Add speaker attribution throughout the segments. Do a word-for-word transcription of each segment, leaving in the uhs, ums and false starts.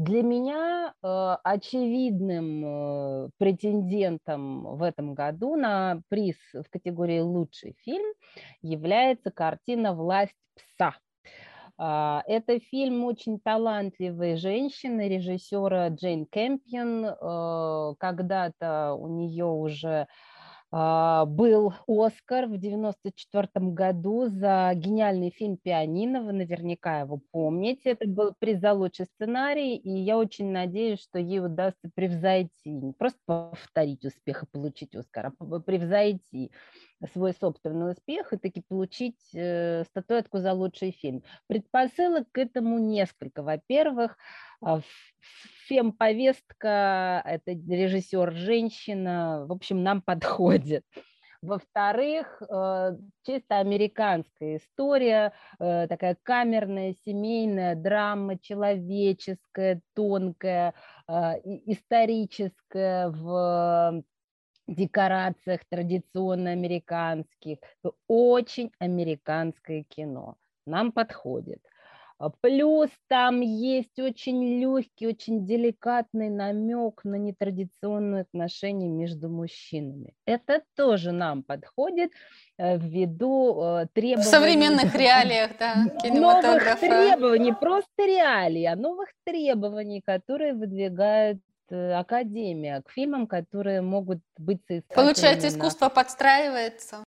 Speaker 1: Для меня э, очевидным э, претендентом в этом году на приз в категории «Лучший фильм» является картина «Власть пса». А, Это фильм очень талантливой женщины, режиссера Джейн Кэмпион. Э, Когда-то у нее уже а, был Оскар в девяносто четвертом году за гениальный фильм «Пианино». Вы наверняка его помните. Это был приз за лучший сценарий, и я очень надеюсь, что ей удастся превзойти, не просто повторить успех и получить Оскар, а п- превзойти свой собственный успех и таки получить э, статуэтку за лучший фильм. Предпосылок к этому несколько. Во-первых, а, ф- фемповестка, это режиссер женщина, в общем, нам подходит. Во-вторых, э, чисто американская история, э, такая камерная, семейная драма, человеческая, тонкая, э, и- историческая, в декорациях традиционно американских. Очень американское кино. Нам подходит. А Плюс там есть очень легкий, очень деликатный намек на нетрадиционные отношения между мужчинами. Это тоже нам подходит э, ввиду э,
Speaker 2: В
Speaker 1: требований,
Speaker 2: современных реалиях, да,
Speaker 1: новых
Speaker 2: кинематографа.
Speaker 1: требований, просто реалий, а новых требований, которые выдвигает э, Академия к фильмам, которые могут быть
Speaker 2: Получается,
Speaker 1: соискательными на...
Speaker 2: искусство подстраивается.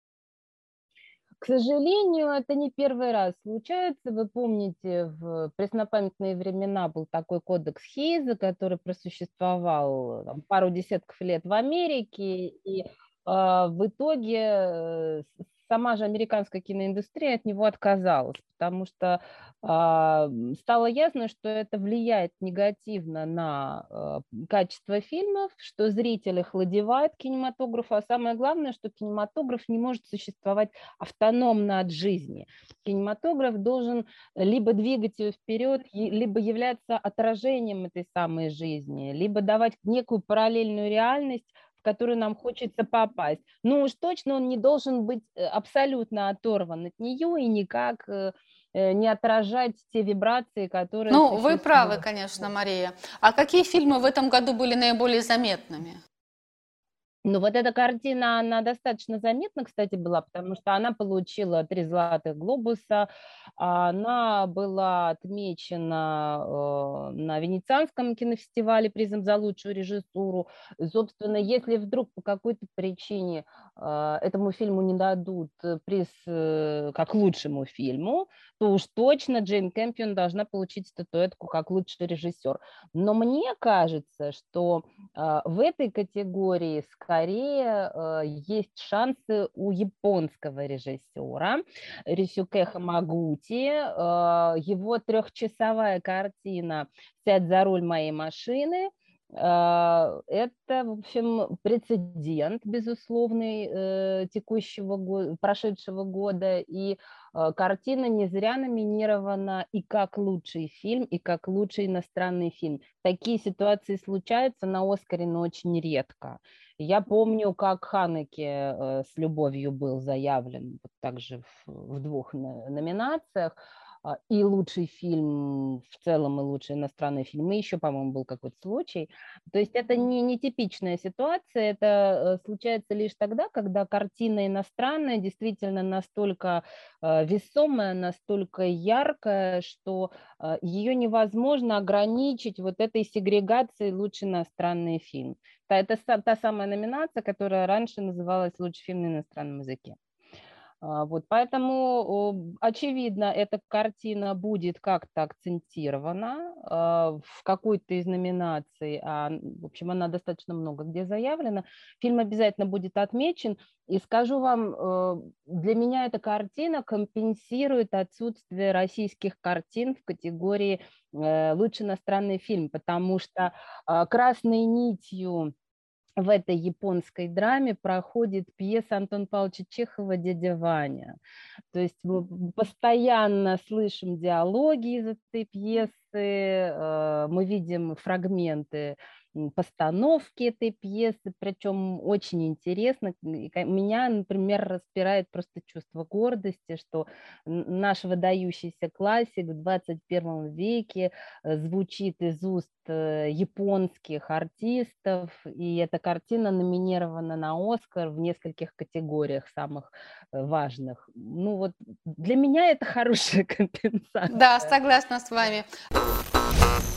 Speaker 1: К сожалению, это не первый раз случается. Вы помните, в преснопамятные времена был такой кодекс Хейза, который просуществовал там, пару десятков лет в Америке, и а, в итоге э, с- сама же американская киноиндустрия от него отказалась, потому что а, м, стало ясно, что это влияет негативно на а, качество фильмов, что зритель охладевает к кинематографу, а самое главное, что кинематограф не может существовать автономно от жизни. Кинематограф должен либо двигать ее вперед, и- либо являться отражением этой самой жизни, либо давать некую параллельную реальность, в которую нам хочется попасть. Ну уж точно он не должен быть э, абсолютно оторван от нее и никак э, э, не отражать те вибрации, которые
Speaker 2: Ну, вы правы,
Speaker 1: существуют.
Speaker 2: конечно, Мария. А какие фильмы в этом году были наиболее заметными?
Speaker 1: Ну, вот эта картина, она достаточно заметна, кстати, была, потому что она получила три «Золотых глобуса», она была отмечена э, на Венецианском кинофестивале призом за лучшую режиссуру. Собственно, если вдруг по какой-то причине э, этому фильму не дадут э, приз э, как лучшему фильму, то уж точно Джейн Кэмпион должна получить статуэтку как лучший режиссер. Но мне кажется, что а, В этой категории скорее э, есть шансы у японского режиссера Рисюке Хамагути. Э, Его трехчасовая картина «Сядь за руль моей машины». Э, Это, в общем, прецедент, безусловный, э, текущего года, прошедшего года. И э, картина не зря номинирована и как лучший фильм, и как лучший иностранный фильм. Такие ситуации случаются на «Оскаре», но очень редко. Я помню, как Ханеке э, с «Любовью» был заявлен вот также в, в двух на- номинациях. А, И лучший фильм в целом, и лучший иностранный фильм, и еще, по-моему, был какой-то случай. То есть это не нетипичная ситуация, это э, случается лишь тогда, когда картина иностранная действительно настолько э, весомая, настолько яркая, что э, ее невозможно ограничить вот этой сегрегацией «Лучший иностранный фильм». Та- Это са- та самая номинация, которая раньше называлась «Лучший фильм на иностранном языке». А, Вот, поэтому, о, очевидно, эта картина будет как-то акцентирована а, в какой-то из номинаций, а, н- в общем, она достаточно много где заявлена. Фильм обязательно будет отмечен, и скажу вам, э, для меня эта картина компенсирует отсутствие российских картин в категории э, «Лучший иностранный фильм», потому что а, красной нитью в этой японской драме проходит пьеса Антона Павловича Чехова «Дядя Ваня». То есть мы постоянно слышим диалоги из этой пьесы, э, мы видим фрагменты постановки этой пьесы, причем очень интересно. И ка- Меня, например, распирает просто чувство гордости, что н- наш выдающийся классик в двадцать первом веке э, звучит из уст э, японских артистов, и эта картина номинирована на Оскар в нескольких категориях самых э, важных. Ну вот для меня это хорошая
Speaker 2: Да,
Speaker 1: компенсация.
Speaker 2: согласна с вами.